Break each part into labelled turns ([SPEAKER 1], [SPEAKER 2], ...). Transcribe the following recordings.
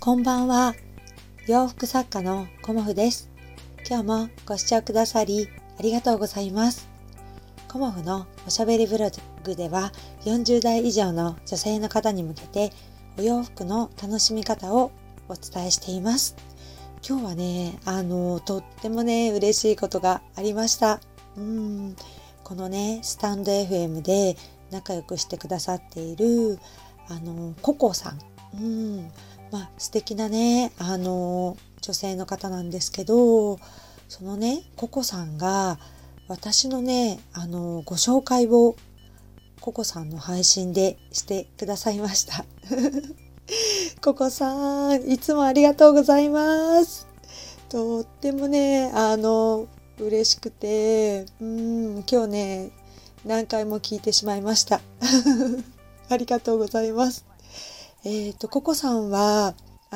[SPEAKER 1] こんばんは。洋服作家のコモフです。今日もご視聴くださりありがとうございます。コモフのおしゃべりブログでは40代以上の女性の方に向けてお洋服の楽しみ方をお伝えしています。今日はね、とってもね、嬉しいことがありました。このね、スタンド FM で仲良くしてくださっているココさん。素敵なね、女性の方なんですけど、そのね、ココさんが私のね、ご紹介をココさんの配信でしてくださいました。ココさん、いつもありがとうございます。とってもね、嬉しくて、今日ね、何回も聞いてしまいました。ありがとうございます。ココさんは、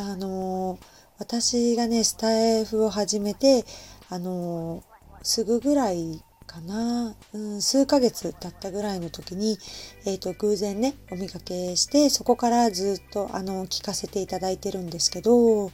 [SPEAKER 1] 私がね、スタイフを始めて、すぐぐらいかな、数ヶ月経ったぐらいの時に、偶然ね、お見かけして、そこからずっと、聞かせていただいてるんですけど、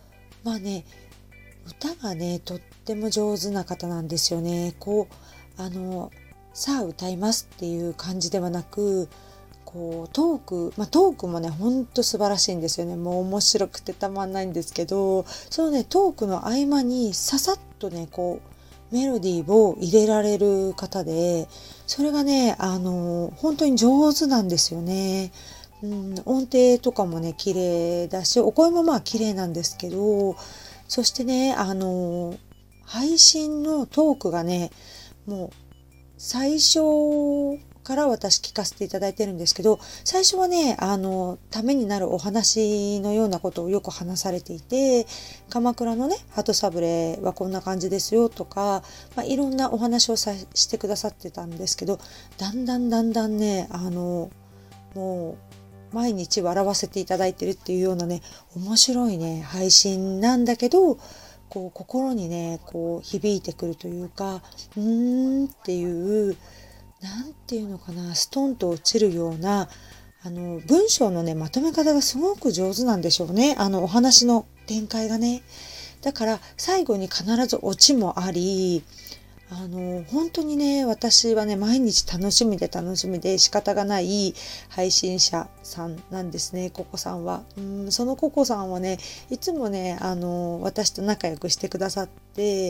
[SPEAKER 1] 歌がね、とっても上手な方なんですよね。さあ歌いますっていう感じではなく、トークもね、ほんと素晴らしいんですよね。もう面白くてたまんないんですけど、そのね、トークの合間にささっとね、メロディーを入れられる方で、それがね、本当に上手なんですよね。音程とかもね、綺麗だし、お声も綺麗なんですけど、そしてね、配信のトークがね、もう最初から私聞かせていただいてるんですけど、最初はね、ためになるお話のようなことをよく話されていて、鎌倉のね、鳩サブレーはこんな感じですよとか、いろんなお話をしてくださってたんですけど、だんだんね、もう毎日笑わせていただいてるっていうようなね、面白いね、配信なんだけど、心にね、響いてくるというか、っていう、なんていうのかな、ストンと落ちるような、文章のね、まとめ方がすごく上手なんでしょうね。お話の展開がね。だから、最後に必ずオチもあり、本当にね、私はね、毎日楽しみで仕方がない配信者さんなんですね、ココさんは。そのココさんはね、いつもね、私と仲良くしてくださって、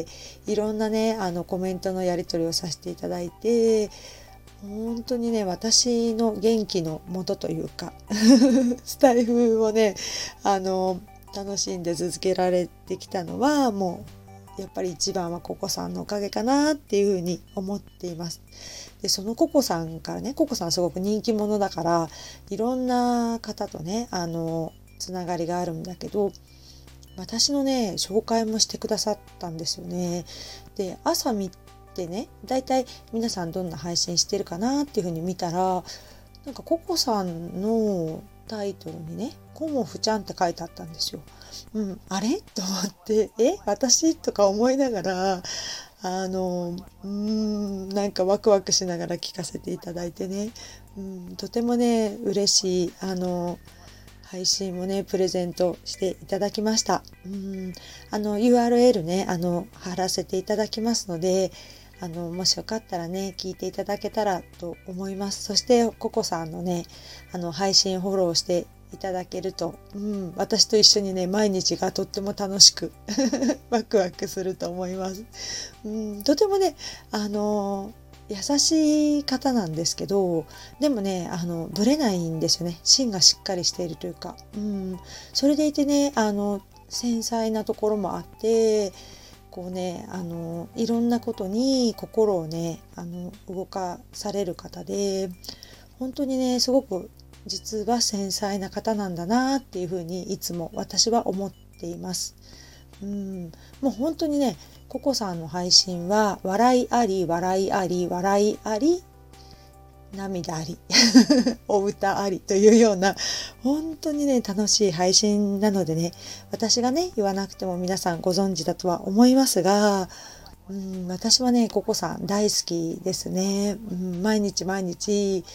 [SPEAKER 1] いろんなね、コメントのやり取りをさせていただいて、本当にね、私の元気の元というか、スタイフをね、楽しんで続けられてきたのは、もう、やっぱり一番はココさんのおかげかなっていうふうに思っています。で、そのココさんからね、ココさんすごく人気者だから、いろんな方とね、つながりがあるんだけど、私のね、紹介もしてくださったんですよね。で、朝見てね、だいたい皆さんどんな配信してるかなっていうふうに見たら、なんかココさんのタイトルにね、コモフちゃんって書いてあったんですよ。あれと思って、私とか思いながら、なんかワクワクしながら聞かせていただいてね、とてもね、嬉しい、配信もね、プレゼントしていただきました。URL ね、貼らせていただきますので、もしよかったらね、聞いていただけたらと思います。そして、ココさんのね、配信フォローしていただけると、私と一緒にね、毎日がとっても楽しく、ワクワクすると思います。とてもね、優しい方なんですけど、でもね、ぶれないんですよね。芯がしっかりしているというか。それでいてね、繊細なところもあって、いろんなことに心をね、動かされる方で、本当にね、すごく実は繊細な方なんだなっていうふうにいつも私は思っています。もう本当にね、ココさんの配信は笑いあり、笑いあり、笑いあり、涙ありお歌ありというような本当にね楽しい配信なのでね、私がね言わなくても皆さんご存知だとは思いますが、私はねココさん大好きですね。毎日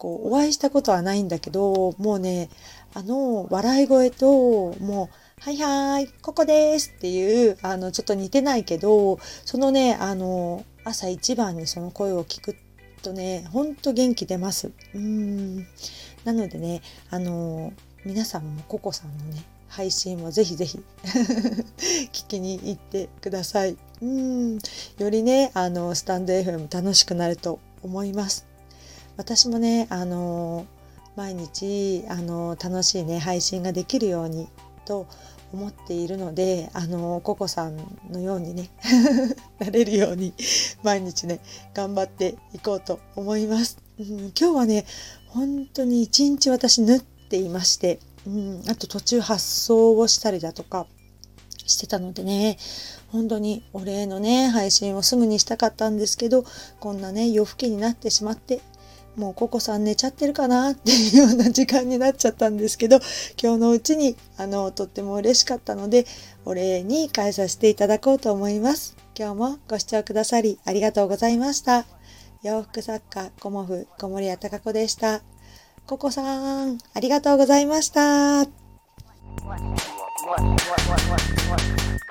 [SPEAKER 1] お会いしたことはないんだけど、もうね、笑い声と、もう、はいはい、ここですっていう、ちょっと似てないけど、そのね、朝一番にその声を聞くとね、ほんと元気出ます。なのでね、皆さんもココさんのね、配信をぜひぜひ聞きに行ってください。よりね、スタンド FM 楽しくなると思います。私もね、毎日、楽しいね、配信ができるようにと思っているので、ココさんのようにね、なれるように、毎日ね、頑張っていこうと思います。今日はね、本当に一日私縫っていまして、あと途中発送をしたりだとかしてたのでね、本当にお礼のね、配信をすぐにしたかったんですけど、こんなね、夜更けになってしまって、もうココさん寝ちゃってるかなっていうような時間になっちゃったんですけど、今日のうちにとっても嬉しかったので、お礼に返させていただこうと思います。今日もご視聴くださりありがとうございました。洋服作家コモフ小森屋貴子でした。ココさん、ありがとうございました。